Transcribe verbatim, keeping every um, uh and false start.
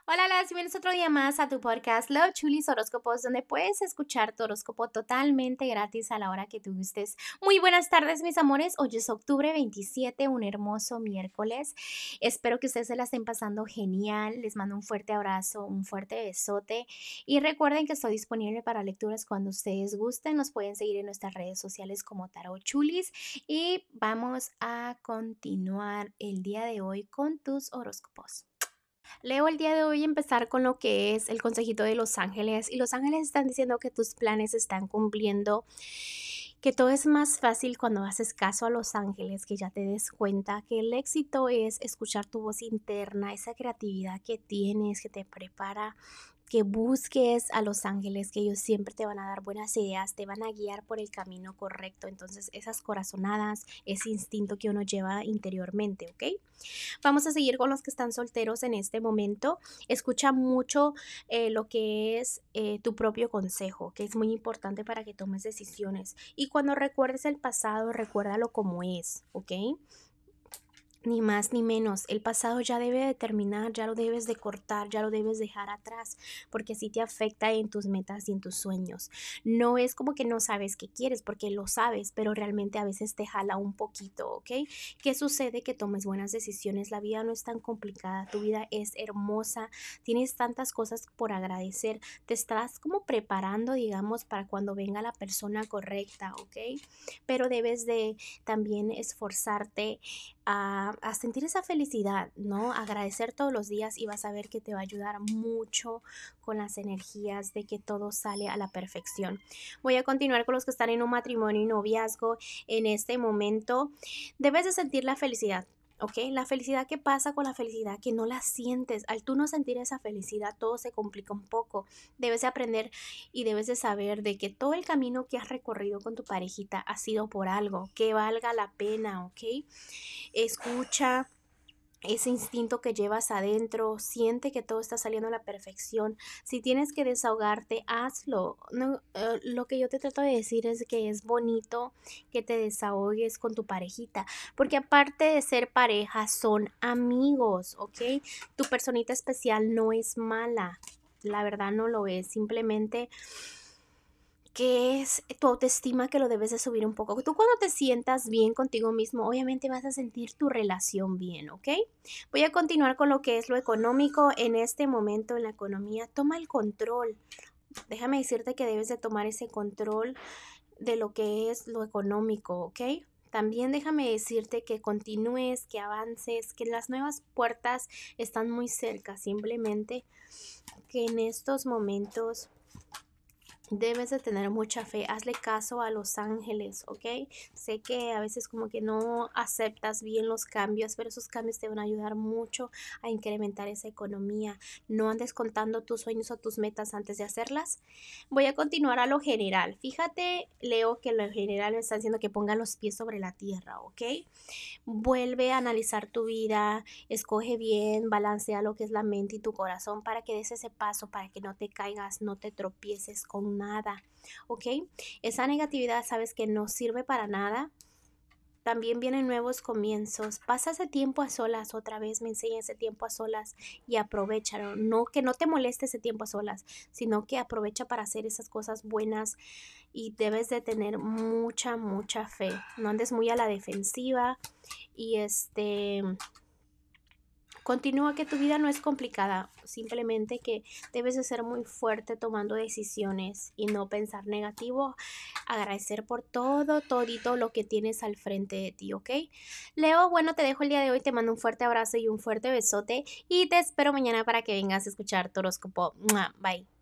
Hola, las bienvenidos otro día más a tu podcast Love Chulis Horóscopos, donde puedes escuchar tu horóscopo totalmente gratis a la hora que tú gustes. Muy buenas tardes, mis amores. Hoy es octubre veintisiete, un hermoso miércoles. Espero que ustedes se la estén pasando genial. Les mando un fuerte abrazo, un fuerte besote. Y recuerden que estoy disponible para lecturas cuando ustedes gusten. Nos pueden seguir en nuestras redes sociales como Tarot Chulis. Y vamos a continuar el día de hoy con tus horóscopos. Leo, el día de hoy empezar con lo que es el consejito de los ángeles, y los ángeles están diciendo que tus planes se están cumpliendo, que todo es más fácil cuando haces caso a los ángeles, que ya te des cuenta que el éxito es escuchar tu voz interna, esa creatividad que tienes, que te prepara, que busques a los ángeles, que ellos siempre te van a dar buenas ideas, te van a guiar por el camino correcto. Entonces esas corazonadas, ese instinto que uno lleva interiormente, ¿ok? Vamos a seguir con los que están solteros en este momento. Escucha mucho eh, lo que es eh, tu propio consejo, que es muy importante para que tomes decisiones. Y cuando recuerdes el pasado, recuérdalo como es, ¿ok? Ni más ni menos, el pasado ya debe de terminar, ya lo debes de cortar, ya lo debes dejar atrás, porque así te afecta en tus metas y en tus sueños. No es como que no sabes qué quieres, porque lo sabes, pero realmente a veces te jala un poquito, ¿ok? ¿Qué sucede? Que tomes buenas decisiones, la vida no es tan complicada, tu vida es hermosa, tienes tantas cosas por agradecer, te estás como preparando, digamos, para cuando venga la persona correcta, ¿ok? Pero debes de también esforzarte a, a sentir esa felicidad, ¿no? Agradecer todos los días, y vas a ver que te va a ayudar mucho con las energías de que todo sale a la perfección. Voy a continuar con los que están en un matrimonio y noviazgo en este momento. Debes de sentir la felicidad. ¿Ok? La felicidad, que pasa con la felicidad, que no la sientes. Al tú no sentir esa felicidad, todo se complica un poco. Debes de aprender y debes de saber de que todo el camino que has recorrido con tu parejita ha sido por algo, que valga la pena, ¿ok? Escucha ese instinto que llevas adentro, siente que todo está saliendo a la perfección. Si tienes que desahogarte, hazlo. No, eh, lo que yo te trato de decir es que es bonito que te desahogues con tu parejita, porque aparte de ser pareja, son amigos, ¿ok? Tu personita especial no es mala, la verdad no lo es, simplemente que es tu autoestima, que lo debes de subir un poco. Tú cuando te sientas bien contigo mismo, obviamente vas a sentir tu relación bien, ¿ok? Voy a continuar con lo que es lo económico. En este momento en la economía, toma el control. Déjame decirte que debes de tomar ese control de lo que es lo económico, ¿ok? También déjame decirte que continúes, que avances, que las nuevas puertas están muy cerca. Simplemente que en estos momentos debes de tener mucha fe, hazle caso a los ángeles, ¿ok? Sé que a veces como que no aceptas bien los cambios, pero esos cambios te van a ayudar mucho a incrementar esa economía. No andes contando tus sueños o tus metas antes de hacerlas. Voy a continuar a lo general. Fíjate, Leo, que lo general me está diciendo que ponga los pies sobre la tierra, ¿ok? Vuelve a analizar tu vida, escoge bien, balancea lo que es la mente y tu corazón para que des ese paso, para que no te caigas, no te tropieces con nada, ¿ok? Esa negatividad sabes que no sirve para nada. También vienen nuevos comienzos. Pasa ese tiempo a solas, otra vez me enseña ese tiempo a solas y aprovechalo. No que no te moleste ese tiempo a solas, sino que aprovecha para hacer esas cosas buenas, y debes de tener mucha, mucha fe. No andes muy a la defensiva y este... Continúa, que tu vida no es complicada, simplemente que debes de ser muy fuerte tomando decisiones y no pensar negativo, agradecer por todo, todito lo que tienes al frente de ti, ¿ok? Leo, bueno, te dejo el día de hoy, te mando un fuerte abrazo y un fuerte besote, y te espero mañana para que vengas a escuchar tu horóscopo. Bye.